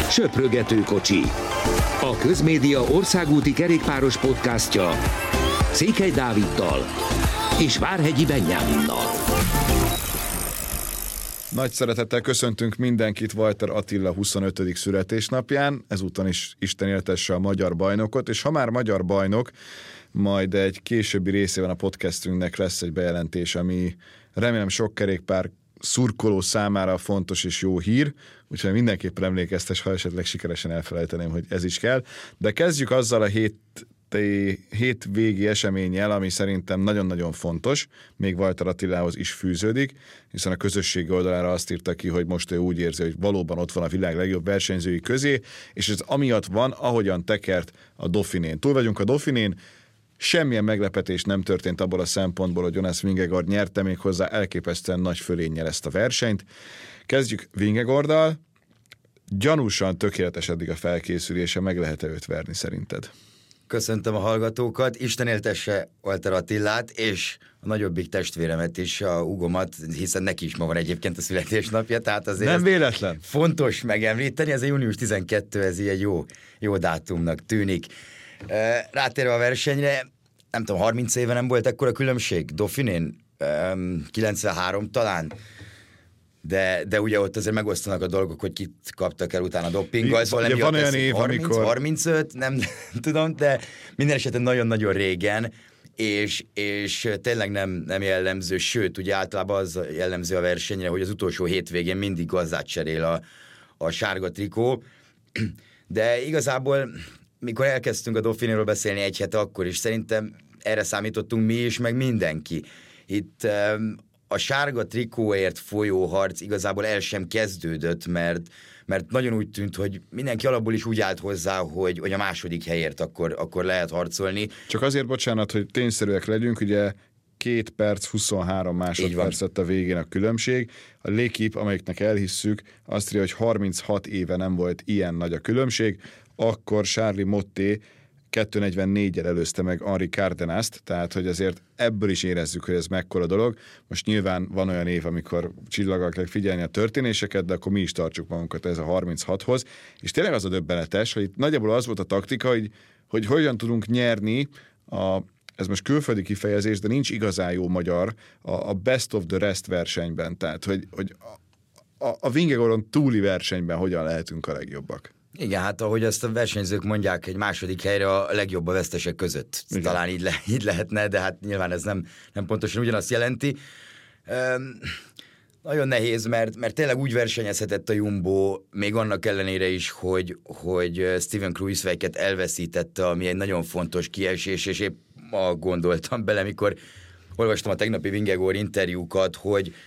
Söprögető kocsi. A Közmédia országúti kerékpáros podcastja Székely Dáviddal és Várhegyi Benyáminnal. Nagy szeretettel köszöntünk mindenkit Walter Attila 25. születésnapján, ezúton is Isten éltesse a magyar bajnokot, és ha már magyar bajnok, majd egy későbbi részében a podcastünknek lesz egy bejelentés, ami remélem sok kerékpár szurkoló számára fontos és jó hír, úgyhogy mindenképpen emlékeztes, ha esetleg sikeresen elfelejteném, hogy ez is kell. De kezdjük azzal a hétvégi eseménnyel, ami szerintem nagyon-nagyon fontos, még Walter Attilához is fűződik, hiszen a közösségi oldalára azt írta ki, hogy most ő úgy érzi, hogy valóban ott van a világ legjobb versenyzői közé, és ez amiatt van, ahogyan tekert a Dauphinén. Túl vagyunk a Dauphinén, semmilyen meglepetés nem történt abból a szempontból, hogy Jonas Vingegaard nyerte, még hozzá elképesztően nagy fölénnyel ezt a versenyt. Kezdjük Vingegaarddal. Gyanúsan tökéletes eddig a felkészülése, meg lehet-e őt verni szerinted? Köszöntöm a hallgatókat, Isten éltesse Walter Attilát, és a nagyobbik testvéremet is, a Hugomat, hiszen neki is ma van egyébként a születésnapja, tehát azért nem véletlen. Fontos megemlíteni, ez a június 12, ez egy jó dátumnak tűnik. Rátérve a versenyre, nem tudom, 30 éve nem volt ekkora különbség Dauphinén, 93 talán, de ugye ott azért megosztanak a dolgok, hogy kit kaptak el utána doppinggal, szóval nem van olyan év, 30, amikor... 35, nem tudom, de minden esetben nagyon-nagyon régen, és tényleg nem jellemző, sőt, ugye általában az jellemző a versenyre, hogy az utolsó hétvégén mindig gazdát cserél a sárga trikó, de igazából mikor elkezdtünk a Dauphinéről beszélni egy hete, akkor is szerintem erre számítottunk mi is, meg mindenki. Itt a sárga trikóért folyó harc igazából el sem kezdődött, mert nagyon úgy tűnt, hogy mindenki alapból is úgy állt hozzá, hogy a második helyért akkor lehet harcolni. Csak azért, bocsánat, hogy tényszerűek legyünk, ugye 2 perc, 23 másodperc lett a végén a különbség. A L'Équipe, amelyiknek elhisszük, azt írja, hogy 36 éve nem volt ilyen nagy a különbség, akkor Charly Motté 2:44-jel előzte meg Henri Cardenast, tehát hogy azért ebből is érezzük, hogy ez mekkora dolog. Most nyilván van olyan év, amikor csillaggal kell figyelni a történéseket, de akkor mi is tartsuk magunkat ez a 36-hoz. És tényleg az a döbbenetes, hogy itt nagyjából az volt a taktika, hogy hogyan tudunk nyerni ez most külföldi kifejezés, de nincs igazán jó magyar, a best of the rest versenyben, tehát hogy a Vingegaardon túli versenyben hogyan lehetünk a legjobbak. Igen, hát ahogy ezt a versenyzők mondják, egy második helyre a legjobb a vesztesek között. Igen. Talán így lehetne, de hát nyilván ez nem pontosan ugyanazt jelenti. Nagyon nehéz, mert tényleg úgy versenyezhetett a Jumbo, még annak ellenére is, hogy Steven Kruijswijket elveszítette, ami egy nagyon fontos kiesés, és épp ma gondoltam bele, mikor olvastam a tegnapi Vingegaard interjúkat,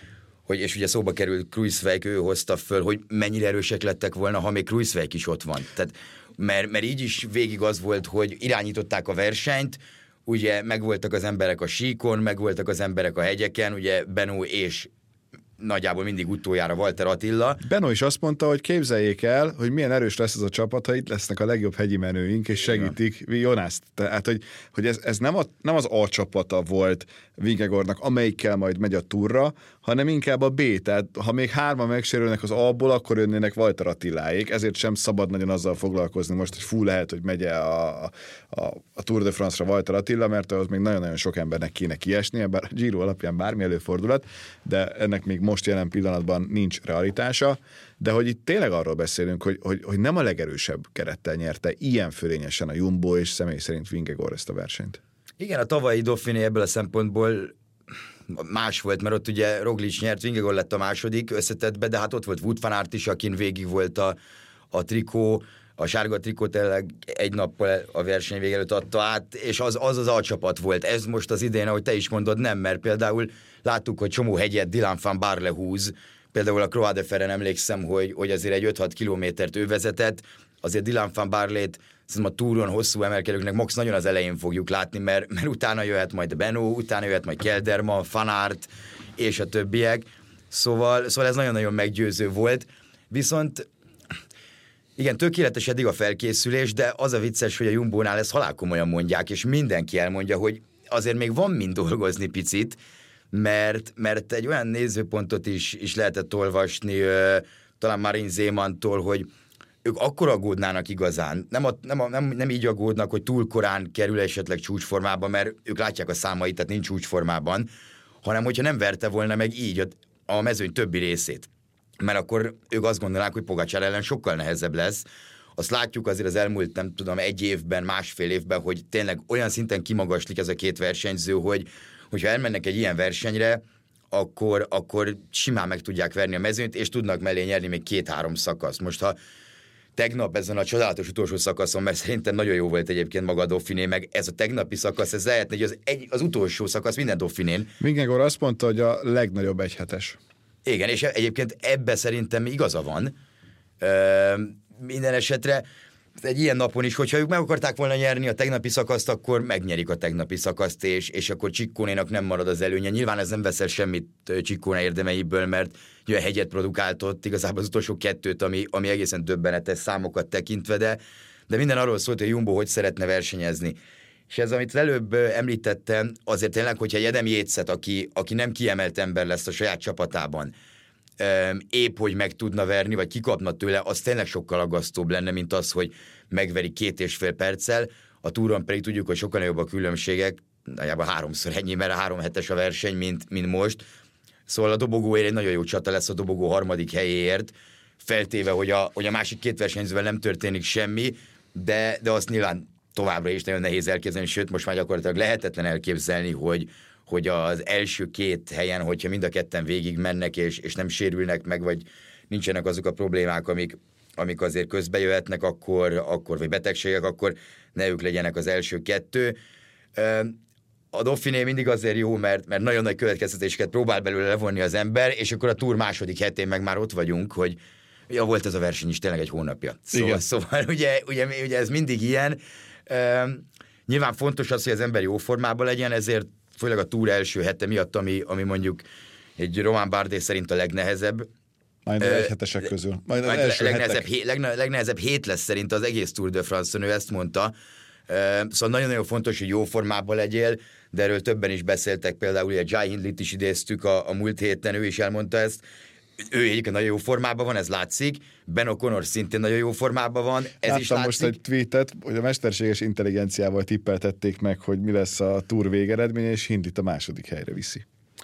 és ugye szóba került Kruijswijk, ő hozta föl, hogy mennyire erősek lettek volna, ha még Kruijswijk is ott van. Tehát, mert így is végig az volt, hogy irányították a versenyt, ugye megvoltak az emberek a síkon, megvoltak az emberek a hegyeken, ugye Benó és nagyjából mindig utoljára Walter Attila. Benó is azt mondta, hogy képzeljék el, hogy milyen erős lesz ez a csapat, ha itt lesznek a legjobb hegyi menőink, és segítik Jonast. Tehát, hogy ez nem az A csapata volt Vingegaardnak, amelyikkel majd megy a túrra, hanem inkább a B. Tehát ha még 3 megsérülnek az A-ból, akkor jönnének Walter Attiláék, ezért sem szabad nagyon azzal foglalkozni most, hogy lehet, hogy megy a Tour de France-ra Walter Attila, mert az még nagyon-nagyon sok embernek kéne kiesnie, bár a Giro alapján bármi előfordulhat, de ennek még most jelen pillanatban nincs realitása, de hogy itt tényleg arról beszélünk, hogy nem a legerősebb kerettel nyerte ilyen fölényesen a Jumbo, és személy szerint Vingegaard ezt a versenyt. Igen, a tavalyi Dauphiné ebből a szempontból más volt, mert ott ugye Roglic nyert, Vingegaard lett a második összetettbe, de hát ott volt Wout van Aert is, akin végig volt a trikó, a sárga trikó tényleg egy nappal a verseny vége előtt adta át, és az alcsapat volt. Ez most az idén, ahogy te is mondod, nem, mert például láttuk, hogy csomó hegyet Dylan van Baarle húz, például a Croix de Ferren emlékszem, hogy azért egy 5-6 kilométert ő vezetett, azért Dylan van Baarlét szerintem a túron hosszú emelkedőknek max nagyon az elején fogjuk látni, mert utána jöhet majd Benó, utána jöhet majd Kelderman, Van Aert és a többiek, szóval ez nagyon-nagyon meggyőző volt, viszont igen, tökéletes eddig a felkészülés, de az a vicces, hogy a Jumbónál ezt halálkomolyan mondják, és mindenki elmondja, hogy azért még van mind dolgozni picit, mert egy olyan nézőpontot is lehetett olvasni, talán Marin Zeemantól, hogy ők akkor aggódnának igazán, nem így aggódnak, hogy túl korán kerül esetleg csúcsformában, mert ők látják a számait, tehát nincs csúcsformában, hanem hogyha nem verte volna meg így a mezőny többi részét. Mert akkor ők azt gondolnák, hogy Pogačar ellen sokkal nehezebb lesz. Azt látjuk azért az elmúlt, nem tudom, egy évben, másfél évben, hogy tényleg olyan szinten kimagaslik ez a két versenyző, hogyha elmennek egy ilyen versenyre, akkor simán meg tudják verni a mezőnyt, és tudnak mellé nyerni még 2-3 szakaszt. Most ha tegnap ezen a csodálatos utolsó szakaszon, mert szerintem nagyon jó volt egyébként maga a Dauphiné, meg ez a tegnapi szakasz, ez lehetne, hogy az utolsó szakasz minden Dauphinén. Vingegaard azt mondta, hogy a legnagyobb egyhetes. Igen, és egyébként ebbe szerintem igaza van. Minden esetre egy ilyen napon is, hogyha ők meg akarták volna nyerni a tegnapi szakaszt, akkor megnyerik a tegnapi szakaszt, és akkor Ciccónénak nem marad az előnye. Nyilván ez nem veszel semmit Ciccone érdemeiből, mert olyan hegyet produkált ott, igazából az utolsó 2, ami egészen döbbenetes számokat tekintve, de minden arról szólt, hogy Jumbo hogy szeretne versenyezni. És ez, amit előbb említettem, azért tényleg, hogyha egy Adam Yates-et, aki nem kiemelt ember lesz a saját csapatában, épp hogy meg tudna verni, vagy kikapna tőle, az tényleg sokkal aggasztóbb lenne, mint az, hogy megveri 2,5 perccel. A túron pedig tudjuk, hogy sokkal nagyobb a különbségek, nagyjából 3-szor ennyi, mert 3 hetes a verseny, mint most. Szóval a dobogóért egy nagyon jó csata lesz a dobogó 3. helyéért, feltéve, hogy a másik 2 versenyzővel nem történik semmi, de azt nyilván továbbra is nagyon nehéz elképzelni, sőt, most már gyakorlatilag lehetetlen elképzelni, hogy az első 2 helyen, hogyha mind a ketten végig mennek, és nem sérülnek meg, vagy nincsenek azok a problémák, amik azért közbe jöhetnek, akkor vagy betegségek, akkor ne ők legyenek az első 2. A Dauphiné mindig azért jó, mert nagyon nagy következtetéseket próbál belőle levonni az ember, és akkor a Tour második hetén meg már ott vagyunk, hogy volt ez a verseny is tényleg egy hónapja. Szóval ugye ez mindig ilyen. Nyilván fontos az, hogy az ember jó formában legyen, ezért főleg a Tour első hete miatt, ami mondjuk egy Romain Bardet szerint a legnehezebb. Majd az egyhetesek közül. Majd az első legnehezebb hét lesz szerint az egész Tour de France-on, ő ezt mondta. Szóval nagyon-nagyon fontos, hogy jó formában legyél, de erről többen is beszéltek, például ugye Jai Hindley-t is idéztük a múlt héten, ő is elmondta ezt. Ő egyébként nagyon jó formában van, ez látszik. Ben O'Connor szintén nagyon jó formában van, ez láttam is látszik. Most egy tweetet, hogy a mesterséges intelligenciával tippeltették meg, hogy mi lesz a Tour végeredménye, és Hindley-t a második helyre viszi.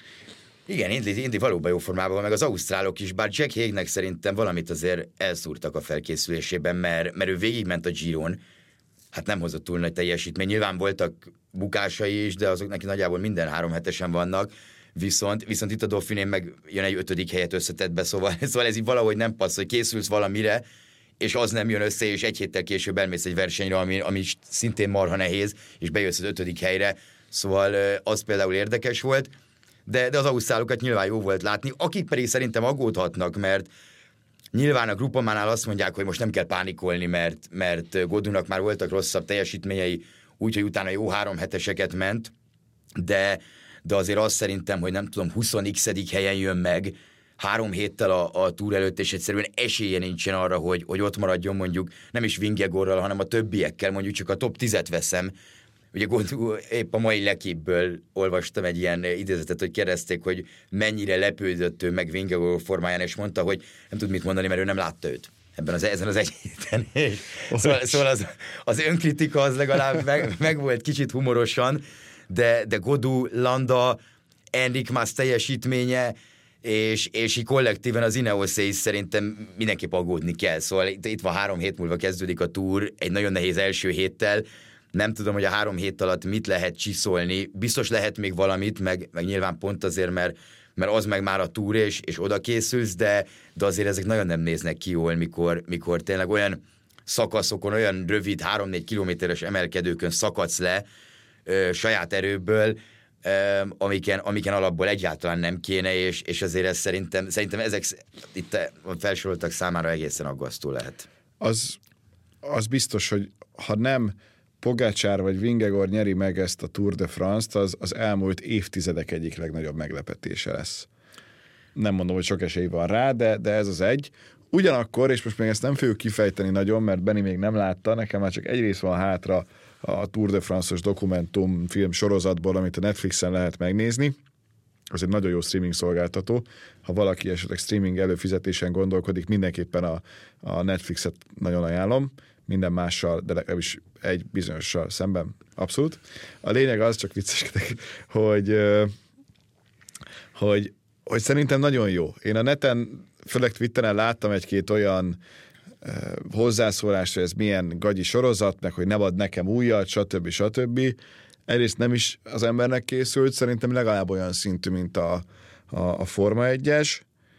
Igen, Hindley valóban jó formában van, meg az ausztrálok is, bár Jack Haignek szerintem valamit azért elszúrtak a felkészülésében, mert ő végigment a Giron, hát nem hozott túl nagy teljesítmény. Nyilván voltak bukásai is, de azok neki nagyjából minden 3 hetesen vannak, viszont itt a Dauphinén meg jön egy 5. helyet összetett be, szóval ez így valahogy nem passz, hogy készülsz valamire, és az nem jön össze, és egy héttel később elmész egy versenyre, ami szintén marha nehéz, és bejössz az 5. helyre, szóval az például érdekes volt, de az ausztrálokat nyilván jó volt látni, akik pedig szerintem aggódhatnak, mert nyilván a Groupamánál azt mondják, hogy most nem kell pánikolni, mert Godunak már voltak rosszabb teljesítményei, úgyhogy utána jó 3 heteseket ment, de azért azt szerintem, hogy nem tudom, 20x helyen jön meg 3 héttel a túr előtt, és egyszerűen esélye nincsen arra, hogy ott maradjon mondjuk nem is Vingegaardral, hanem a többiekkel, mondjuk csak a top 10-et veszem. Ugye épp a mai L'Equipe-ből olvastam egy ilyen idézetet, hogy kérdezték, hogy mennyire lepődött ő meg Vingegaard formáján, és mondta, hogy nem tud mit mondani, mert ő nem látta őt ezen az egy héten. Szóval az önkritika az legalább meg volt kicsit humorosan, de Gaudu, Landa, Enric Mas teljesítménye, és így kollektíven az Ineosé is szerintem mindenképp aggódni kell. Szóval itt van 3 hét múlva kezdődik a Tour, egy nagyon nehéz első héttel. Nem tudom, hogy a 3 hét alatt mit lehet csiszolni. Biztos lehet még valamit, meg nyilván pont azért, mert az meg már a Tour, és oda készülsz, de azért ezek nagyon nem néznek ki jól, mikor tényleg olyan szakaszokon, olyan rövid 3-4 kilométeres emelkedőkön szakadsz le saját erőből, amiken alapból egyáltalán nem kéne, és azért ez szerintem ezek itt felsoroltak számára egészen aggasztó lehet. Az biztos, hogy ha nem Pogačar vagy Vingegaard nyeri meg ezt a Tour de France-t, az elmúlt évtizedek egyik legnagyobb meglepetése lesz. Nem mondom, hogy sok esély van rá, de ez az egy. Ugyanakkor, és most még ezt nem fogjuk kifejteni nagyon, mert Benni még nem látta, nekem már csak egy rész van hátra a Tour de France-os dokumentumfilm sorozatból, amit a Netflixen lehet megnézni. az egy nagyon jó streaming szolgáltató. Ha valaki esetleg streaming előfizetésen gondolkodik, mindenképpen a Netflixet nagyon ajánlom, minden mással, de legalábbis egy bizonyossal szemben. Abszolút. A lényeg az, csak vicceskedek, hogy szerintem nagyon jó. Én a neten, főleg Twitteren láttam egy-két olyan hozzászólást, hogy ez milyen gagyi sorozat, meg hogy ne ad nekem újat, stb. Egyrészt nem is az embernek készült, szerintem legalább olyan szintű, mint a Forma 1-es,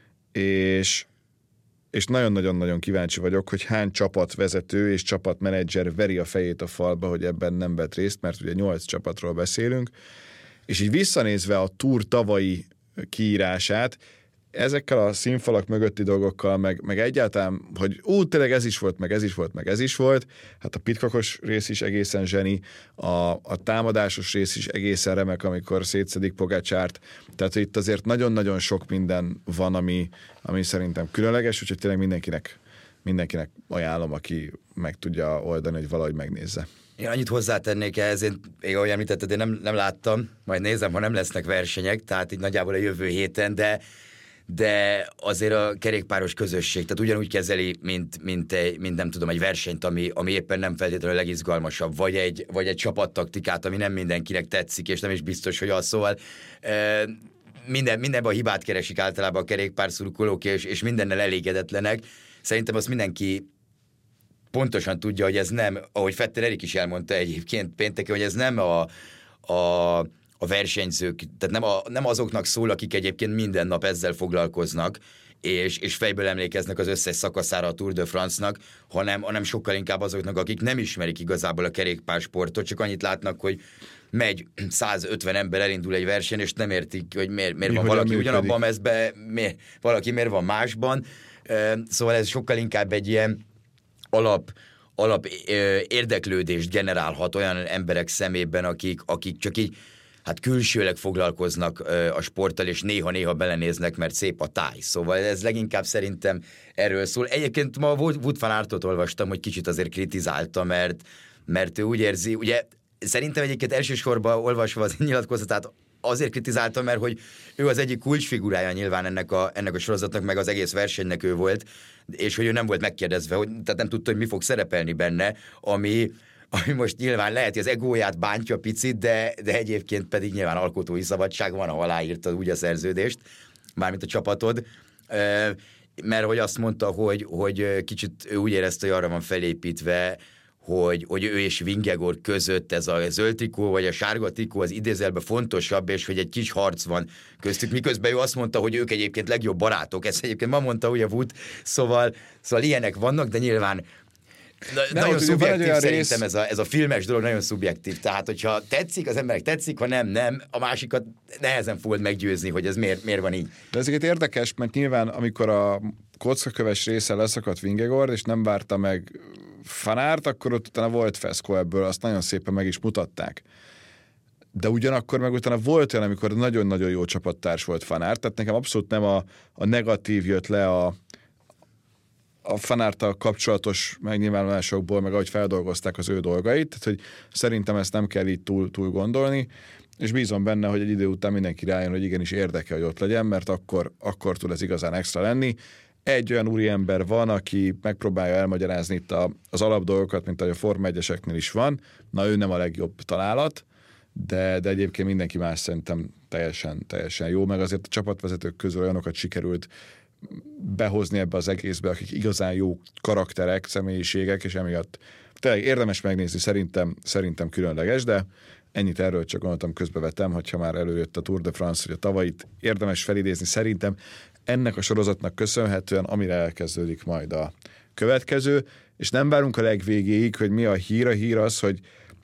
és nagyon-nagyon-nagyon kíváncsi vagyok, hogy hány csapatvezető és csapatmenedzser veri a fejét a falba, hogy ebben nem vett részt, mert ugye 8 csapatról beszélünk, és így visszanézve a Tour tavalyi kiírását, ezekkel a színfalak mögötti dolgokkal, meg egyáltalán, hogy tényleg ez is volt, hát a pitkakos rész is egészen zseni, a támadásos rész is egészen remek, amikor szétszedik Pogačárt, tehát itt azért nagyon-nagyon sok minden van, ami szerintem különleges, úgyhogy tényleg mindenkinek ajánlom, aki meg tudja oldani, hogy valahogy megnézze. Én annyit hozzátennék ehhez, én ahogy említetted, én nem láttam, majd nézem, ha nem lesznek versenyek, tehát így nagyjából a jövő héten, de azért a kerékpáros közösség, tehát ugyanúgy kezeli, mint nem tudom, egy versenyt, ami éppen nem feltétlenül a legizgalmasabb, vagy egy csapattaktikát, ami nem mindenkinek tetszik, és nem is biztos, hogy az, szóval mindenben a hibát keresik általában a kerékpárszurkolók, és mindennel elégedetlenek. Szerintem azt mindenki pontosan tudja, hogy ez nem, ahogy Vetter Erik is elmondta egyébként pénteken, hogy ez nem a versenyzők, tehát nem azoknak szól, akik egyébként minden nap ezzel foglalkoznak, és fejből emlékeznek az összes szakaszára a Tour de France-nak, hanem sokkal inkább azoknak, akik nem ismerik igazából a kerékpársportot, csak annyit látnak, hogy megy 150 ember, elindul egy verseny, és nem értik, hogy miért van valaki ugyanabban a mezben, valaki miért van másban. Szóval ez sokkal inkább egy ilyen alap érdeklődést generálhat olyan emberek szemében, akik csak így hát külsőleg foglalkoznak a sporttal, és néha-néha belenéznek, mert szép a táj. Szóval ez leginkább szerintem erről szól. Egyébként ma Wout van Aertot olvastam, hogy kicsit azért kritizálta, mert ő úgy érzi, ugye szerintem egyébként elsősorban olvasva az nyilatkozatát azért kritizáltam, mert hogy ő az egyik kulcsfigurája nyilván ennek a sorozatnak, meg az egész versenynek ő volt, és hogy ő nem volt megkérdezve, tehát nem tudta, hogy mi fog szerepelni benne, ami most nyilván lehet, hogy az egóját bántja picit, de egyébként pedig nyilván alkotói szabadság van, ha aláírtad úgy a szerződést, mármint a csapatod, mert hogy azt mondta, hogy kicsit ő úgy érezte, hogy arra van felépítve, hogy ő és Vingegaard között ez a zöld trikó, vagy a sárga trikó az idézelben fontosabb, és hogy egy kis harc van köztük, miközben ő azt mondta, hogy ők egyébként legjobb barátok. Ezt egyébként ma mondta ugye Wout, szóval ilyenek vannak, de nyilván nagyon szubjektív szerintem ez a filmes dolog, nagyon szubjektív. Tehát, hogyha tetszik, az emberek tetszik, ha nem, a másikat nehezen fogod meggyőzni, hogy ez miért van így. De ezeket érdekes, mert nyilván amikor a kockaköves része leszakadt Vingegaard, és nem várta meg Van Aert, akkor ott utána volt feszkó ebből, azt nagyon szépen meg is mutatták. De ugyanakkor meg utána volt olyan, amikor nagyon-nagyon jó csapattárs volt Van Aert, tehát nekem abszolút nem a negatív jött le a Van Aerttal kapcsolatos megnyilvánulásokból, meg ahogy feldolgozták az ő dolgait, tehát hogy szerintem ezt nem kell így túl gondolni, és bízom benne, hogy egy idő után mindenki rájön, hogy igenis érdeke, hogy ott legyen, mert akkor tud ez igazán extra lenni. Egy olyan úriember van, aki megpróbálja elmagyarázni itt az alapdolgokat, mint ahogy a Forma 1-eseknél is van. Na, ő nem a legjobb találat, de egyébként mindenki más szerintem teljesen jó, meg azért a csapatvezetők közül olyanokat sikerült behozni ebbe az egészbe, akik igazán jó karakterek, személyiségek, és emiatt tényleg érdemes megnézni, szerintem különleges, de ennyit erről csak gondoltam, közbevetem, hogyha már előjött a Tour de France, hogy a tavait érdemes felidézni, szerintem ennek a sorozatnak köszönhetően, amire elkezdődik majd a következő, és nem várunk a legvégéig, hogy mi a hír. A hír az, hogy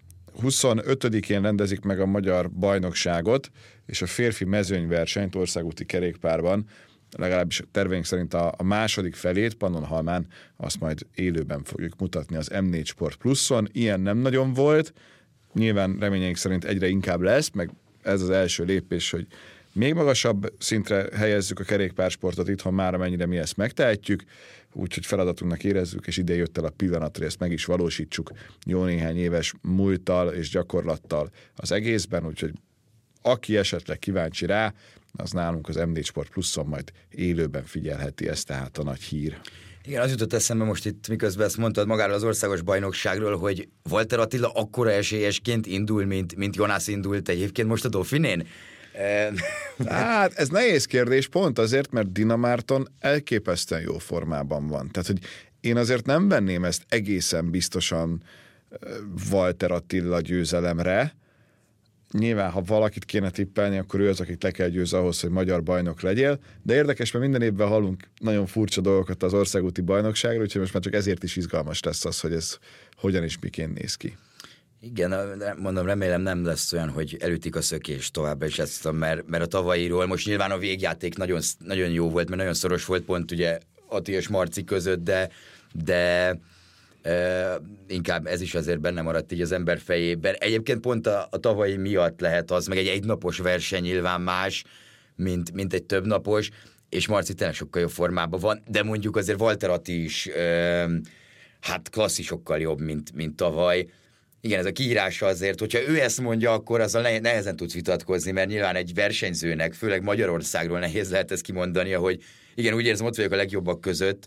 25-én rendezik meg a magyar bajnokságot, és a férfi mezőnyversenyt országúti kerékpárban, legalábbis terveink szerint a második felét, Pannonhalmán, azt majd élőben fogjuk mutatni az M4 Sport Pluszon. Ilyen nem nagyon volt, nyilván reményeink szerint egyre inkább lesz, meg ez az első lépés, hogy még magasabb szintre helyezzük a kerékpársportot itthon már, amennyire mi ezt megtehetjük, úgyhogy feladatunknak érezzük, és ide jött el a pillanat, hogy ezt meg is valósítsuk jó néhány éves múlttal és gyakorlattal az egészben, úgyhogy aki esetleg kíváncsi rá, az nálunk az M4 Sport Pluszon majd élőben figyelheti, ez tehát a nagy hír. Igen, az jutott eszembe most itt, miközben ezt mondtad magáról az országos bajnokságról, hogy Walter Attila akkora esélyesként indul, mint Jonas indult egyébként most a Dauphinén? Hát ez nehéz kérdés, pont azért, mert Dina Márton elképesztően jó formában van. Tehát, hogy én azért nem venném ezt egészen biztosan Walter Attila győzelemre. Nyilván, ha valakit kéne tippelni, akkor ő az, akit le kell győzni ahhoz, hogy magyar bajnok legyél, de érdekes, mert minden évben hallunk nagyon furcsa dolgokat az országúti bajnokságról, úgyhogy most már csak ezért is izgalmas lesz az, hogy ez hogyan és miként néz ki. Igen, mondom, remélem nem lesz olyan, hogy elütik a szökést továbbra is ezt, mert a tavalyiról most nyilván a végjáték nagyon, nagyon jó volt, mert nagyon szoros volt pont ugye Ati és Marci között, de inkább ez is azért benne maradt így az ember fejében. Egyébként pont a tavalyi miatt lehet az, meg egy egynapos verseny nyilván más, mint egy többnapos, és Marci tényleg sokkal jobb formában van, de mondjuk azért Walter Atti is hát klasszisokkal jobb, mint tavaly. Igen, ez a kiírása azért, hogyha ő ezt mondja, akkor azzal nehezen tudsz vitatkozni, mert nyilván egy versenyzőnek, főleg Magyarországról nehéz lehet ezt kimondania, hogy igen, úgy érzem, ott vagyok a legjobbak között,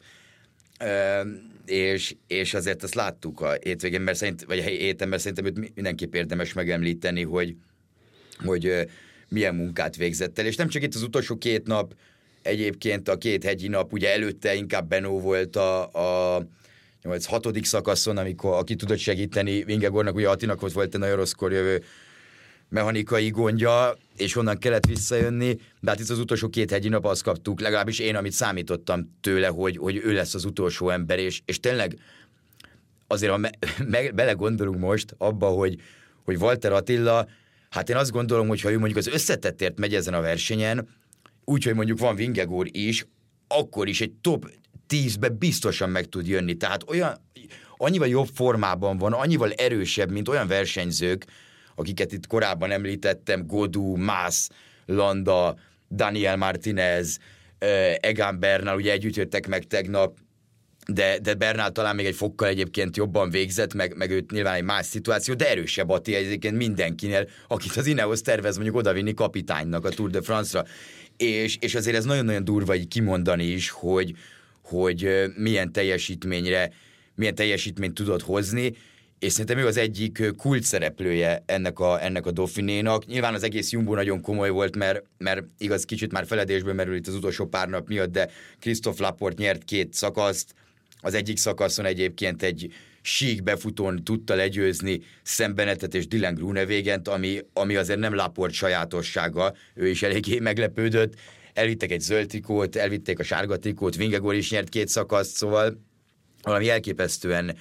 és azért ezt láttuk a hétvégén, vagy a héten, mert szerintem őt mindenképp érdemes megemlíteni, hogy milyen munkát végzett el, és nem csak itt az utolsó 2 nap, egyébként a 2 hegyi nap, ugye előtte inkább Benó volt a 6. szakaszon, amikor aki tudott segíteni Vingegaardnak, ugye Attinak volt egy nagyon rosszkor jövő mechanikai gondja, és onnan kellett visszajönni, de hát itt az utolsó 2 hegyi nap azt kaptuk, legalábbis én, amit számítottam tőle, hogy ő lesz az utolsó ember, és tényleg azért, ha belegondolunk most abba, hogy Walter Attila, hát én azt gondolom, hogy ha ő mondjuk az összetettért megy ezen a versenyen, úgyhogy mondjuk van Vingegaard is, akkor is egy top 10-be biztosan meg tud jönni. Tehát annyival jobb formában van, annyival erősebb, mint olyan versenyzők, akiket itt korábban említettem, Godú, Mász, Landa, Daniel Martinez, Egan Bernal, ugye együtt jöttek meg tegnap, de Bernal talán még egy fokkal egyébként jobban végzett, meg őt nyilván egy más szituáció, de erősebb Atti egyébként mindenkinél, akit az Ineos tervez mondjuk odavinni kapitánynak a Tour de France-ra. És azért ez nagyon-nagyon durva így kimondani is, hogy milyen teljesítményt tudod hozni, és szerintem ő az egyik kult szereplője ennek a Dauphinénak. Nyilván az egész Jumbo nagyon komoly volt, mert igaz, kicsit már feledésből merül itt az utolsó pár nap miatt, de Christophe Laporte nyert 2 szakaszt, az egyik szakaszon egyébként egy sík befutón tudta legyőzni Sam Bennettet és Dylan Groenewegent, ami azért nem Laporte sajátossága, ő is eléggé meglepődött. Elvittek egy zöld trikót, elvitték a sárga trikót, Vingegaard is nyert 2 szakaszt, szóval valami elképesztően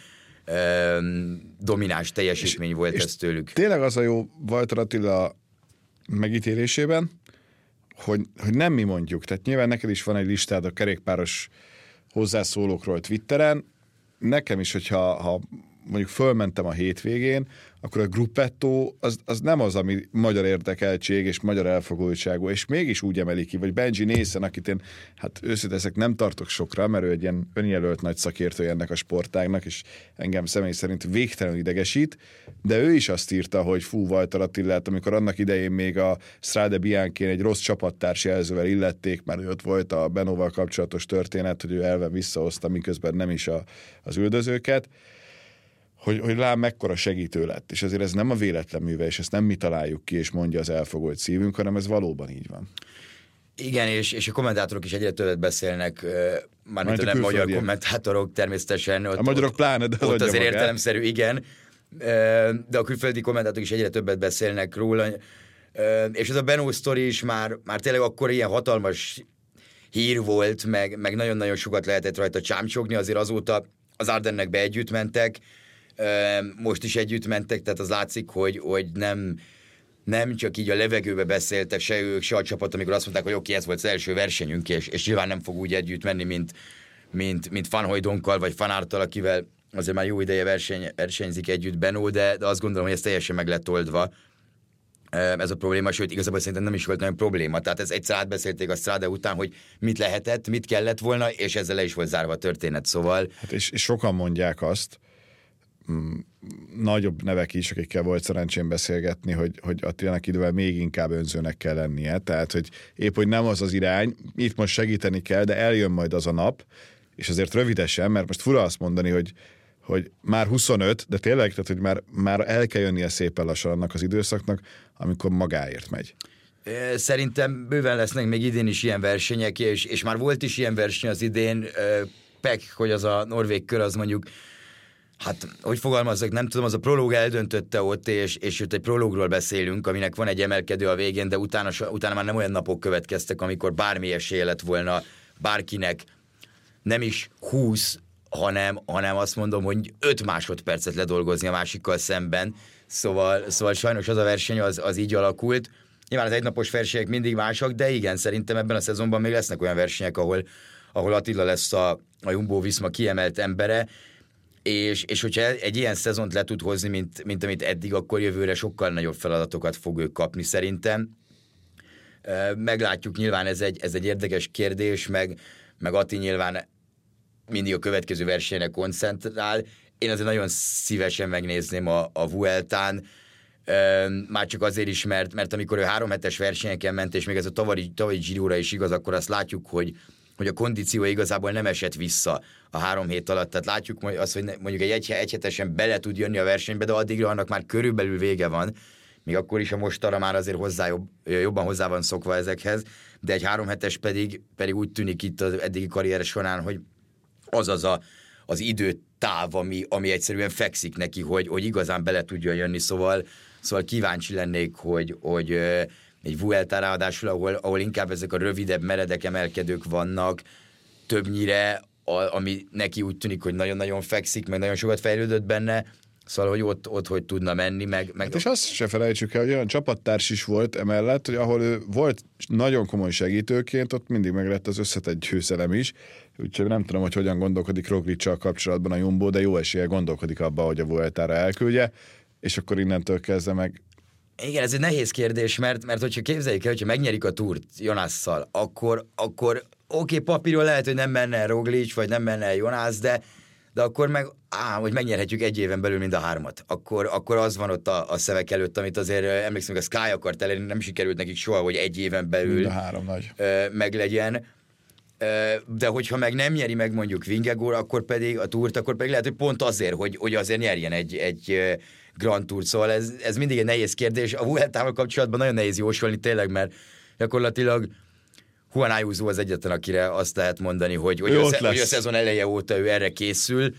domináns teljesítmény volt ez tőlük. Tényleg az a jó Walter Attila megítélésében, hogy nem mi mondjuk. Tehát nyilván neked is van egy listád a kerékpáros hozzászólókról Twitteren. Nekem is, hogyha mondjuk fölmentem a hétvégén, akkor a Gruppetto az nem az, ami magyar érdekeltség és magyar elfogultságú, és mégis úgy emeli ki, vagy Benji Nason, akit én hát őszintén nem tartok sokra, mert ő egy ilyen önjelölt nagy szakértő ennek a sportágnak, és engem személy szerint végtelenül idegesít, de ő is azt írta, hogy fú, Walter Attilát, amikor annak idején még a Strade Bianchén egy rossz csapattárs jelzővel illették, mert ott volt a Benóval kapcsolatos történet, hogy ő elven visszahozta, miközben nem is az üldözőket, hogy lám mekkora segítő lett, és azért ez nem a véletlen műve, és ezt nem mi találjuk ki, és mondja az elfogolt szívünk, hanem ez valóban így van. Igen, és a kommentátorok is egyre többet beszélnek, mármint nem magyar kommentátorok természetesen. A magyarok pláne, de ott azért értelemszerű, igen, de a külföldi kommentátorok is egyre többet beszélnek róla, és ez a Benó sztori is már tényleg akkor ilyen hatalmas hír volt, meg nagyon-nagyon sokat lehetett rajta csámcsogni, azért azóta az Ardennekbe együtt mentek, most is együtt mentek, tehát az látszik, hogy nem csak így a levegőbe beszéltek, se ők, se a csapat, amikor azt mondták, hogy oké, ez volt az első versenyünk, és nyilván nem fog úgy együtt menni, mint Van Hooydonkkal, vagy Van Aerttal, akivel azért már jó ideje versenyzik együtt Benó, de azt gondolom, hogy ez teljesen meg lett oldva. Ez a probléma, sőt, igazából szerintem nem is volt nagyon probléma. Tehát ez egyszer átbeszélték a Strade után, hogy mit lehetett, mit kellett volna, és ezzel le is volt zárva a történet, szóval. Hát és sokan mondják azt, nagyobb nevek is, akikkel volt szerencsém beszélgetni, hogy Attilának idővel még inkább önzőnek kell lennie. Tehát, hogy épp, hogy nem az az irány, itt most segíteni kell, de eljön majd az a nap, és azért rövidesen, mert most fura azt mondani, hogy már 25, de tényleg, tehát, hogy már el kell jönnie szépen lassan annak az időszaknak, amikor magáért megy. Szerintem bőven lesznek még idén is ilyen versenyek, és már volt is ilyen verseny az idén, Pek, hogy az a norvég kör, az mondjuk, hát, hogy fogalmazzak, nem tudom, az a prológ eldöntötte ott, és ott egy prológról beszélünk, aminek van egy emelkedő a végén, de utána már nem olyan napok következtek, amikor bármi esélye lett volna bárkinek, nem is 20, hanem azt mondom, hogy 5 másodpercet ledolgozni a másikkal szemben, szóval sajnos az a verseny az így alakult. Nyilván az egynapos versenyek mindig mások, de igen, szerintem ebben a szezonban még lesznek olyan versenyek, ahol Attila lesz a Jumbo-Visma kiemelt embere, és hogyha egy ilyen szezont le tud hozni, mint amit eddig, akkor jövőre sokkal nagyobb feladatokat fog ő kapni szerintem. Meglátjuk, nyilván ez egy érdekes kérdés, meg Atti nyilván mindig a következő versenyre koncentrál. Én azért nagyon szívesen megnézném a Vueltán, már csak azért is, mert amikor ő 3 hetes versenyeken ment, és még ez a tavalyi Giróra is igaz, akkor azt látjuk, hogy a kondíció igazából nem esett vissza a 3 hét alatt. Tehát látjuk azt, hogy mondjuk egy hetesen bele tud jönni a versenybe, de addigra annak már körülbelül vége van, még akkor is a mostanra már azért jobban hozzá van szokva ezekhez, de egy 3 hetes pedig úgy tűnik itt az eddigi karrieres során, hogy az időtáv, ami egyszerűen fekszik neki, hogy igazán bele tudjon jönni, szóval kíváncsi lennék, hogy egy Vuelta ráadásul, ahol inkább ezek a rövidebb, meredek emelkedők vannak, többnyire, ami neki úgy tűnik, hogy nagyon-nagyon fekszik, meg nagyon sokat fejlődött benne, szóval, hogy ott hogy tudna menni, meg... Hát és azt se felejtsük el, hogy olyan csapattárs is volt emellett, hogy ahol ő volt nagyon komoly segítőként, ott mindig meg lett az összetett győzelem is, úgyhogy nem tudom, hogy hogyan gondolkodik Roglic-sal kapcsolatban a Jumbo, de jó eséllyel gondolkodik abba, hogy a Vueltára elküldje, és akkor innentől kezdve meg... Igen, ez egy nehéz kérdés, mert hogyha képzeljük el, hogyha megnyerik a Tourt Jonasszal, akkor oké, papíron lehet, hogy nem menne el Roglic, vagy nem menne el Jonas, de akkor meg, hogy megnyerhetjük egy éven belül mind a 3-at. Akkor az van ott a szevek előtt, amit azért emlékszem, hogy a Sky akart elérni, nem sikerült nekik soha, hogy egy éven belül mind a 3 nagy meglegyen. De hogyha meg nem nyeri meg mondjuk Vingegaard, akkor pedig a Tourt, akkor pedig lehet, hogy pont azért, hogy azért nyerjen egy Grand Tour, szóval ez mindig egy nehéz kérdés. A Vueltával kapcsolatban nagyon nehéz jósolni tényleg, mert gyakorlatilag Juan Ayuso az egyetlen, akire azt lehet mondani, hogy a szezon eleje óta ő erre készül.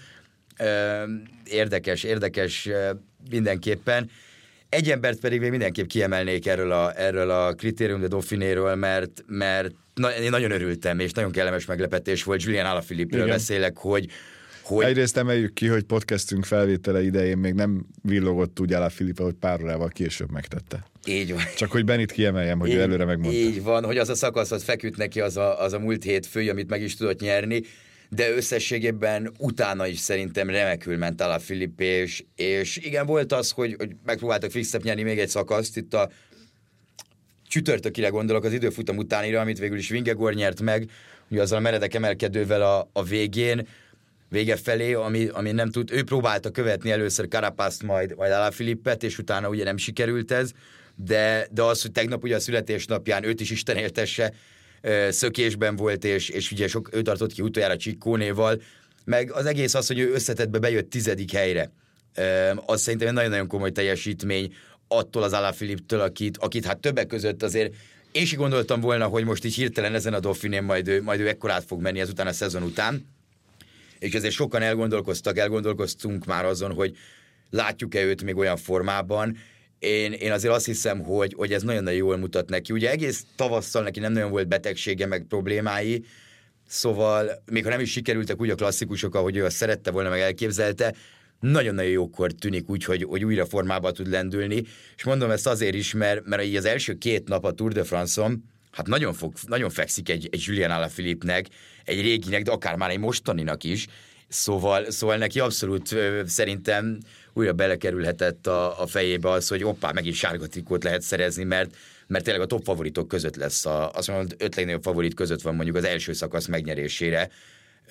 Érdekes mindenképpen. Egy embert pedig még mindenképp kiemelnék erről a Critérium de Dauphinéről, mert én nagyon örültem, és nagyon kellemes meglepetés volt. Julian Alaphilippe-ről beszélek, hogy egyrészt emeljük ki, hogy podcastünk felvétele idején még nem villogott úgy Alaphilippe, hogy pár órával később megtette. Így van. Csak hogy Benit kiemeljem, hogy ő előre megmondta. Így van, hogy az a szakasz, az feküdt neki az a múlt hét fő, amit meg is tudott nyerni, de összességében utána is szerintem remekül ment Alaphilippe, és igen, volt az, hogy megpróbáltak Quickstep nyerni még egy szakaszt, itt a csütörtökire gondolok, az időfutam utánira, amit végül is Vingegaard nyert meg, ugye azzal a meredek emelkedővel a végén, vége felé, ami nem tud, ő próbálta követni először Carapaz-t, majd Alaphilippet, és utána ugye nem sikerült ez, de az, hogy tegnap ugye a születésnapján őt is Isten éltesse, szökésben volt, és ugye ő tartott ki utoljára Ciccónéval, meg az egész az, hogy ő összetettbe bejött 10. helyre. Az szerintem egy nagyon-nagyon komoly teljesítmény attól az Alaphilippe-től, akit hát többek között azért én is gondoltam volna, hogy most így hirtelen ezen a Dauphinén majd ő ekkorát fog menni ezután a szezon után, és ezért sokan elgondolkoztunk már azon, hogy látjuk-e őt még olyan formában. Én azért azt hiszem, hogy ez nagyon-nagyon jól mutat neki. Ugye egész tavasszal neki nem nagyon volt betegsége, meg problémái, szóval még ha nem is sikerültek úgy a klasszikusok, ahogy ő azt szerette volna, meg elképzelte, nagyon-nagyon jókor tűnik úgy, hogy újra formába tud lendülni, és mondom ezt azért is, mert így az első 2 nap a Tour de France-on, hát nagyon fekszik egy Julian Alaphilippe-nek, egy réginek, de akár már egy mostaninak is, szóval neki abszolút szerintem újra belekerülhetett a fejébe az, hogy hoppá, megint sárga trikót lehet szerezni, mert tényleg a top favoritok között lesz, azt mondom, 5 legnagyobb favorit között van mondjuk az első szakasz megnyerésére,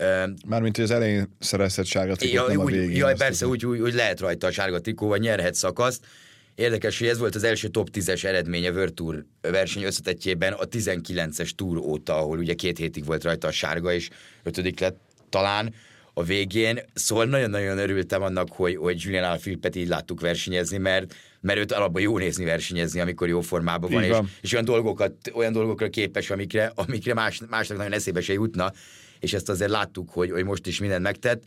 Mármint, hogy az elején szerezhet sárga trikót, nem a végén. Jaj, persze, úgy lehet rajta a sárga trikó, vagy nyerhet szakaszt. Érdekes, hogy ez volt az első top 10-es eredménye World Tour verseny összetettjében a 19-es túr óta, ahol ugye 2 hétig volt rajta a sárga, és 5. lett talán a végén. Szóval nagyon-nagyon örültem annak, hogy Julian Alaphilippet így láttuk versenyezni, mert őt alapban jó nézni versenyezni, amikor jó formában van, és olyan dolgokra képes, amikre másnak nagyon eszébe se jutna, és ezt azért láttuk, hogy most is mindent megtett.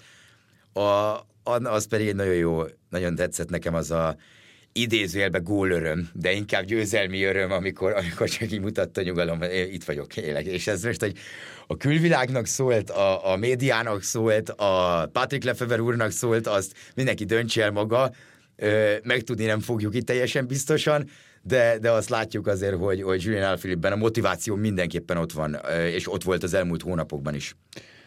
Az pedig egy nagyon jó, nagyon tetszett nekem az a idézőjelben gólöröm, de inkább győzelmi öröm, amikor csak így mutatta nyugalom, itt vagyok, élek. És ez most, hogy a külvilágnak szólt, a médiának szólt, a Patrick Lefevere úrnak szólt, azt mindenki döntse el maga, megtudni nem fogjuk itt teljesen biztosan, de azt látjuk azért, hogy Julian Alaphilippben a motiváció mindenképpen ott van, és ott volt az elmúlt hónapokban is.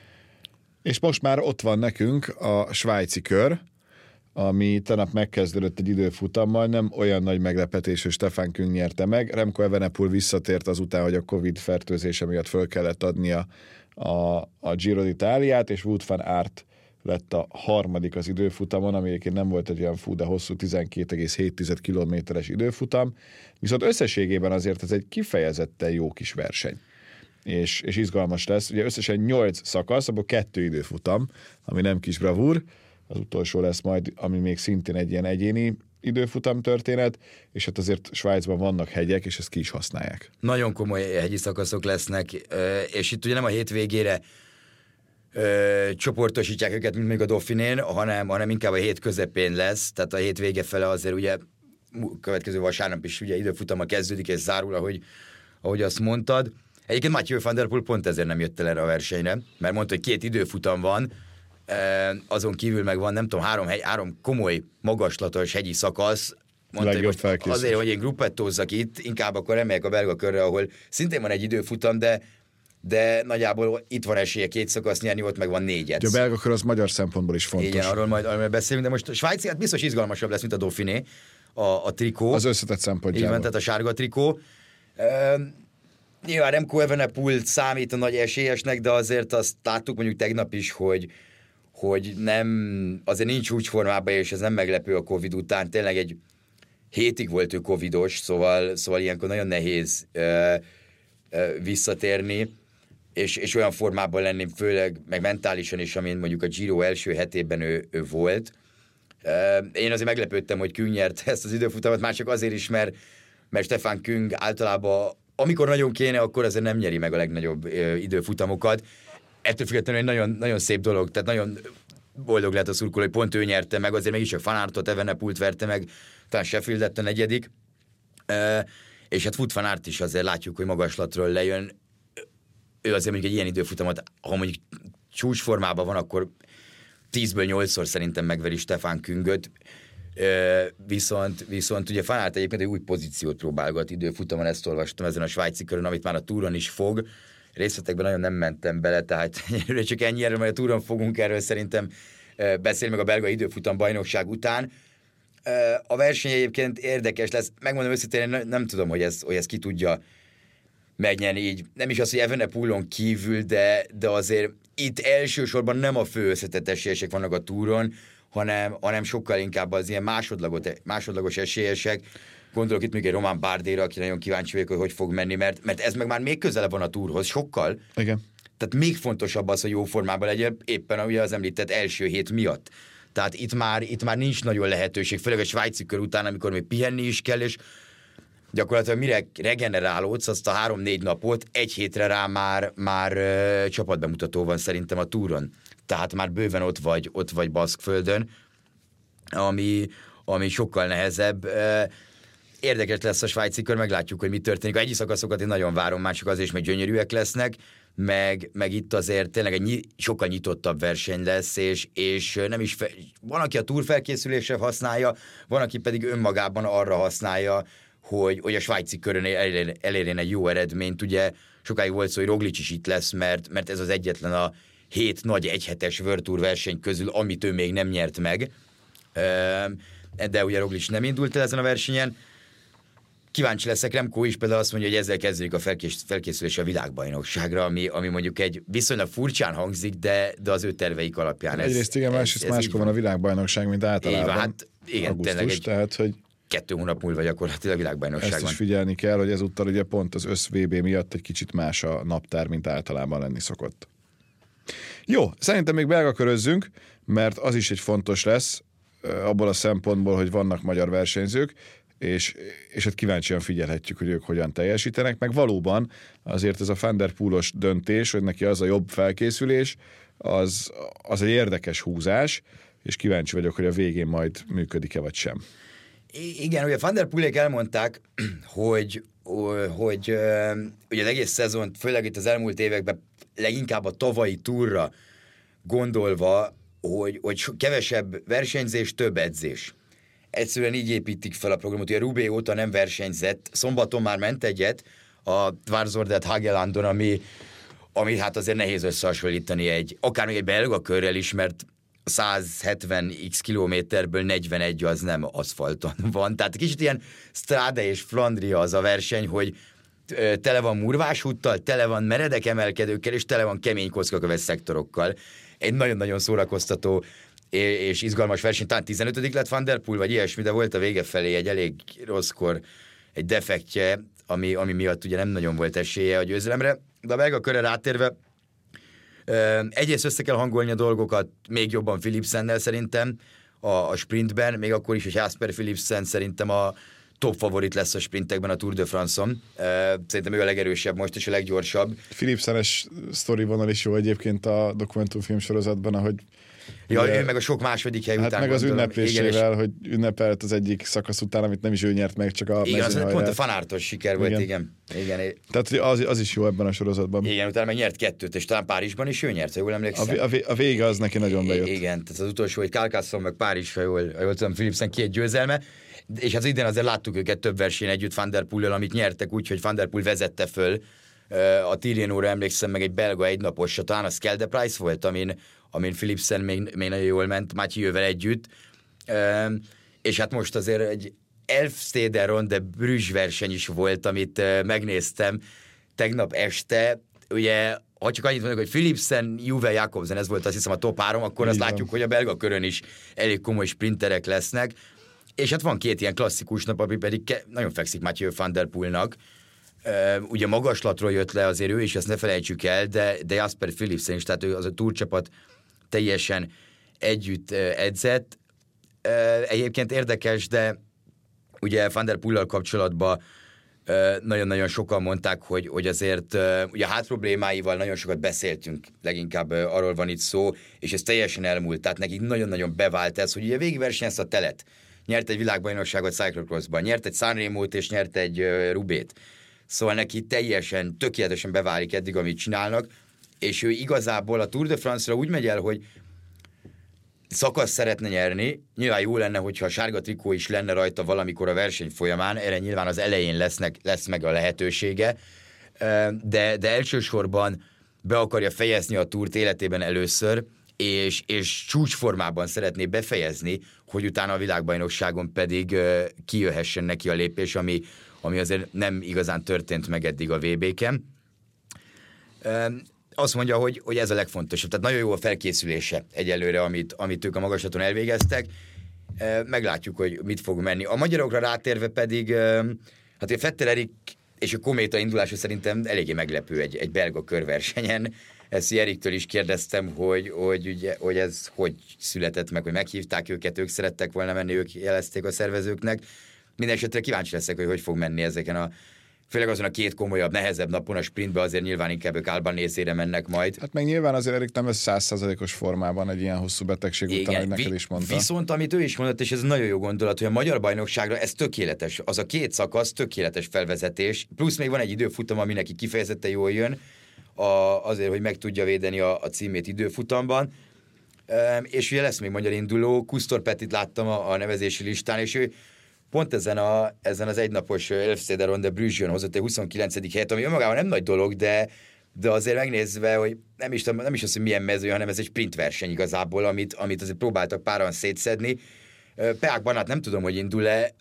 És most már ott van nekünk a svájci kör, ami tegnap megkezdődött egy időfutammal, nem olyan nagy meglepetés, hogy Stefan Küng nyerte meg. Remco Evenepoel visszatért azután, hogy a Covid fertőzése miatt föl kellett adnia a Giro d'Italiát, és Wout van Aert lett a 3. az időfutamon, ami egyébként nem volt egy olyan fú, de hosszú 12,7 kilométeres időfutam, viszont összességében azért ez egy kifejezetten jó kis verseny. És izgalmas lesz. Ugye összesen 8 szakasz, abból 2 időfutam, ami nem kis bravúr, az utolsó lesz majd, ami még szintén egy ilyen egyéni időfutam történet, és hát azért Svájcban vannak hegyek, és ezt ki is használják. Nagyon komoly hegyi szakaszok lesznek, és itt ugye nem a hétvégére csoportosítják őket, mint még a Dauphinén, hanem inkább a hét közepén lesz, tehát a hétvége fele azért ugye következő vasárnap is ugye időfutama kezdődik, és zárul, ahogy azt mondtad. Egyébként Mathieu van der Poel pont ezért nem jött el erre a versenyre, mert mondta, hogy 2 időfutam van, azon kívül meg van, nem tudom, 3 komoly, magaslatos hegyi szakasz. Mondta, hogy azért, hogy én gruppettózzak itt, inkább akkor remegyek a belga körre, ahol szintén van egy időfutam, de nagyjából itt van esélye 2 szakasz nyerni, ott meg van 4. A belga kör az magyar szempontból is fontos. Igen, arról majd beszélünk, de most a svájci hát biztos izgalmasabb lesz, mint a Dauphiné, a trikó. Az összetett szempontjából. Igen, tehát a sárga trikó. Nyilván Remco Evenepoel számít a nagy esélyesnek, de azért azt láttuk mondjuk tegnap is, hogy nem, azért nincs úgy formában, és ez nem meglepő a Covid után. Tényleg egy hétig volt ő covidos, szóval ilyenkor nagyon nehéz visszatérni, és olyan formában lenni, főleg meg mentálisan is, amin mondjuk a Giro első hetében ő volt. Én azért meglepődtem, hogy Küng nyert ezt az időfutamot, már csak azért is, mert Stefan Küng általában, amikor nagyon kéne, akkor azért nem nyeri meg a legnagyobb időfutamokat. Ettől függetlenül egy nagyon, nagyon szép dolog, tehát nagyon boldog lehet a szurkoló, hogy pont ő nyerte meg, azért mégiscsak Van Aertot, Evenepoelt verte meg, talán Sheffield lett a 4. És hát Wout van Aert is azért látjuk, hogy magaslatról lejön. Ő azért mondjuk egy ilyen időfutamot, ha mondjuk csúcsformában van, akkor 10-ből 8-szor szerintem megveri Stefan Künget. Viszont ugye Van Aert egyébként egy új pozíciót próbálgat időfutamon, ezt olvastam ezen a svájci körön, amit már a túron is fog. Részletekben nagyon nem mentem bele, tehát csak ennyire, majd a túron fogunk erről szerintem beszélni meg a belga időfutam bajnokság után. A verseny egyébként érdekes lesz. Megmondom őszintén, nem tudom, hogy ez ki tudja megnyerni így. Nem is az, hogy Evenepoelon kívül, de azért itt elsősorban nem a fő összetett esélyesek vannak a túron, hanem sokkal inkább az ilyen másodlagos esélyesek. Gondolok itt még egy Romain Bardéra, aki nagyon kíváncsi vagyok, hogy fog menni, mert ez meg már még közelebb van a túrhoz, sokkal. Igen. Tehát még fontosabb az, hogy jó formában legyen, éppen ugye az említett első hét miatt. Tehát itt már nincs nagyon lehetőség, főleg a svájci kör után, amikor még pihenni is kell, és gyakorlatilag mire regenerálódsz azt a 3-4 napot, 1 hétre rá már csapatbemutató van szerintem a túron. Tehát már bőven ott vagy Baszkföldön, ami sokkal nehezebb. Érdekes lesz a svájci kör, meglátjuk, hogy mi történik. A egyi szakaszokat én nagyon várom, mások azért is még gyönyörűek lesznek, meg itt azért tényleg egy sokkal nyitottabb verseny lesz, és nem is van, aki a túr felkészülésre használja, van, aki pedig önmagában arra használja, hogy a svájci körön elérjen egy jó eredményt. Ugye sokáig volt szó, hogy Roglic is itt lesz, mert ez az egyetlen a 7 nagy egyhetes World Tour verseny közül, amit ő még nem nyert meg. De ugye Roglic nem indult el ezen a versenyen. kíváncsi leszek, Remco is például azt mondja, hogy ezzel kezdődik a felkészülés a világbajnokságra, ami mondjuk egy viszonylag furcsán hangzik, de az ő terveik alapján. Egyrészt igen, másrészt máskor van a világbajnokság, mint általában. Hát igen, augusztus, tényleg tehát, hogy 2 hónap múlva gyakorlatilag a világbajnokság ezt van. is figyelni kell, hogy ezúttal ugye pont az össz-VB miatt egy kicsit más a naptár, mint általában lenni szokott. Jó, szerintem még belga körözzünk, mert az is egy fontos lesz, abból a szempontból, hogy vannak magyar versenyzők, és hát kíváncsian figyelhetjük, hogy ők hogyan teljesítenek, meg valóban azért ez a Van der Poel-os döntés, hogy neki az a jobb felkészülés, az egy érdekes húzás, és kíváncsi vagyok, hogy a végén majd működik-e vagy sem. Igen, ugye Van der Poelék elmondták, hogy ugye az egész szezont, főleg itt az elmúlt években, leginkább a tavalyi túrra gondolva, hogy kevesebb versenyzés, több edzés. Egyszerűen így építik fel a programot, ugye Roubaix óta nem versenyzett, szombaton már ment egyet a Dwarsordert Hagelandon, ami hát azért nehéz összehasonlítani akár még egy belga körrel is, mert 170x kilométerből 41 az nem aszfalton van. Tehát kicsit ilyen Strade és Flandria az a verseny, hogy tele van murvásúttal, tele van meredek emelkedőkkel, és tele van kemény kockaköves szektorokkal. Egy nagyon-nagyon szórakoztató és izgalmas verseny. Talán 15. lett Van der Poel, vagy ilyesmi, de volt a vége felé egy elég rosszkor egy defektje, ami miatt ugye nem nagyon volt esélye a győzelemre. De a belga körre rátérve, egyrészt össze kell hangolni a dolgokat még jobban Philipsennel szerintem a sprintben, még akkor is, hogy Jasper Philipsen szerintem a top favorit lesz a sprintekben a Tour de France-on. Szerintem ő a legerősebb most, és a leggyorsabb. Philipsenes sztorivonal is jó egyébként a dokumentumfilm sorozatban, ahogy ja, ő meg a sok második hely után. Meg az ünneplésével, hogy ünnepelt az egyik szakasz után, amit nem is ő nyert meg, csak a mezőnyhajrát. Igen, pont a fanártos siker volt, igen. Tehát az is jó ebben a sorozatban. Igen, utána meg nyert 2, és talán Párizsban is ő nyert, ha jól emlékszem. A vége az neki nagyon bejött. Igen, tehát az utolsó, hogy Carcassonne meg Párizs, ha jól tudom, Philipsen 2 győzelme, és az idén azért láttuk őket több versenyen együtt Van der Poel-el, amit nyertek úgy, hogy Van der Poel vezette föl. A Tirrenóra emlékszem, meg egy belga egynapos, talán a Skelde Price volt, amin Philipsen még nagyon jól ment, Mathieuvel együtt. És hát most azért egy Elfstede-Ronde Bruges verseny is volt, amit megnéztem tegnap este. Ugye, ha csak annyit mondok, hogy Philipsen, Juve, Jakobsen, ez volt azt hiszem a top 3, akkor azt látjuk, hogy a belga körön is elég komoly sprinterek lesznek. És hát van 2 ilyen klasszikus nap, ami pedig nagyon fekszik Mathieu van der Poelnak. Ugye magaslatról jött le azért ő is, ezt ne felejtsük el, de Jasper Philipsen is, tehát ő az a túrcsapat teljesen együtt edzett. Egyébként érdekes, de ugye Van der Poellal kapcsolatban nagyon-nagyon sokan mondták, hogy azért ugye a hátproblémáival nagyon sokat beszéltünk, leginkább arról van itt szó, és ez teljesen elmúlt, tehát nekik nagyon-nagyon bevált ez, hogy ugye végigversenyezte a telet. Nyert egy világbajnokságot cyclocrossban, nyert egy Sanremót és nyert egy Roubaix-t. Szóval neki tökéletesen beválik eddig, amit csinálnak, és ő igazából a Tour de France-ra úgy megy el, hogy szakasz szeretne nyerni, nyilván jó lenne, hogyha a sárga trikó is lenne rajta valamikor a verseny folyamán, erre nyilván az elején lesz meg a lehetősége, de elsősorban be akarja fejezni a Tourt életében először, és csúcsformában szeretné befejezni, hogy utána a világbajnokságon pedig kijöhessen neki a lépés, ami azért nem igazán történt meg eddig a VB-ken. Azt mondja, hogy ez a legfontosabb. Tehát nagyon jó a felkészülése egyelőre, amit ők a magaslaton elvégeztek. Meglátjuk, hogy mit fog menni. A magyarokra rátérve pedig, hát a Vetter Erik és a Kométa indulása szerintem eléggé meglepő egy belga körversenyen. Ezt Eriktől is kérdeztem, hogy ez hogy született meg, hogy meghívták őket, ők szerettek volna menni, ők jelezték a szervezőknek. Mindenesetre kíváncsi leszek, hogy fog menni ezeken főleg azon a 2 komolyabb, nehezebb napon a sprintbe, azért nyilván inkább ők Albanészére mennek majd. Hát meg nyilván azért Erik nem lesz 100%-os formában egy ilyen hosszú betegség után, hogy neked is mondta. Viszont amit ő is mondott, és ez nagyon jó gondolat, hogy a magyar bajnokságra ez tökéletes. Az a 2 szakasz tökéletes felvezetés, plusz még van egy időfutam, ami neki kifejezetten jól jön, azért, hogy meg tudja védeni a címét időfutamban. És ugye lesz még magyar induló, Kustor Petit láttam a nevezési listán, és ő pont ezen az egynapos Elfstede-Ronde Bruges-jön hozott egy 29. helyet, ami önmagában nem nagy dolog, de azért megnézve, hogy nem is az, hogy milyen mező, hanem ez egy sprintverseny igazából, amit azért próbáltak páran szétszedni. Peák Banát nem tudom, hogy indul-e,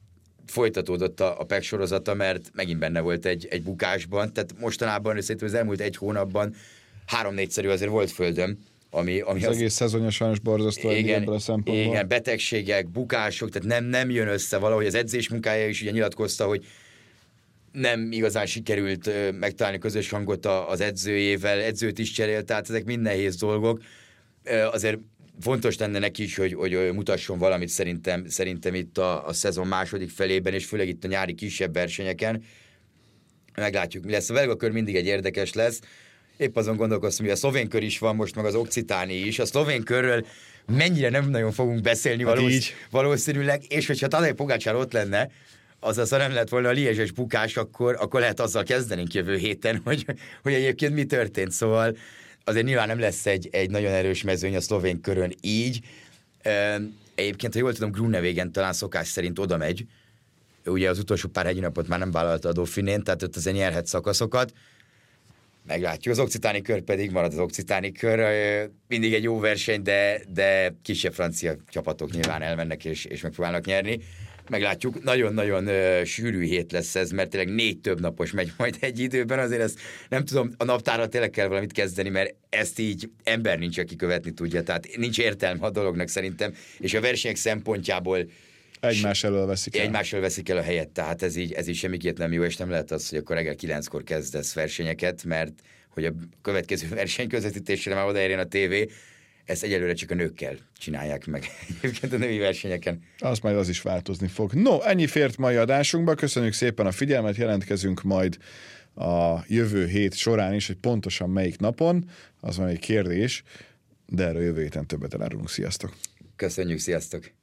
folytatódott a PEC sorozata, mert megint benne volt egy bukásban, tehát mostanában szerintem az elmúlt egy hónapban 3-4-szerű azért volt földön, ami az egész szezonja sajnos borzasztó ebből a szempontból. Igen, betegségek, bukások, tehát nem jön össze valahogy. Az edzés munkája is ugye nyilatkozta, hogy nem igazán sikerült megtalálni közös hangot az edzőjével, edzőt is cserélt, tehát ezek mind nehéz dolgok. Azért fontos lenne neki is, hogy mutasson valamit szerintem itt a szezon második felében, és főleg itt a nyári kisebb versenyeken. Meglátjuk, mi lesz. A belga kör mindig egy érdekes lesz. Épp azon gondolkoztam, hogy a szlovén kör is van most, meg az okcitáni is. A szlovén körről mennyire nem nagyon fogunk beszélni valószínűleg, és hogyha Tadej Pogačar ott lenne, azaz, ha nem lett volna a liezses bukás, akkor lehet azzal kezdenünk jövő héten, hogy egyébként mi történt. Szóval azért nyilván nem lesz egy nagyon erős mezőny a szlovén körön így. Egyébként, ha jól tudom, Groenewegen talán szokás szerint oda megy. Ugye az utolsó pár hegyi napot már nem vállalta a Dauphinén, tehát ott azért nyerhet szakaszokat. Meglátjuk. Az okcitáni kör pedig marad az okcitáni kör. Mindig egy jó verseny, de kisebb francia csapatok nyilván elmennek és megpróbálnak nyerni. Meglátjuk. Nagyon-nagyon sűrű hét lesz ez, mert tényleg 4 több napos megy majd egy időben. Azért ezt nem tudom, a naptárra tényleg kell valamit kezdeni, mert ezt így ember nincs, aki követni tudja. Tehát nincs értelme a dolognak szerintem. És a versenyek szempontjából egymás elől veszik el a helyet, tehát ez így semmiképp nem jó, és nem lehet az, hogy akkor reggel 9-kor kezdesz versenyeket, mert hogy a következő verseny közvetítésre már odaérjen a tévé, ezt egyelőre csak a nőkkel csinálják meg egyébként a női versenyeken. Az is változni fog. No, ennyi fért mai adásunkba, köszönjük szépen a figyelmet, jelentkezünk majd a jövő hét során is, hogy pontosan melyik napon, az van egy kérdés, de erről jövő héten többet elárulunk. Sziasztok! Köszönjük, sziasztok!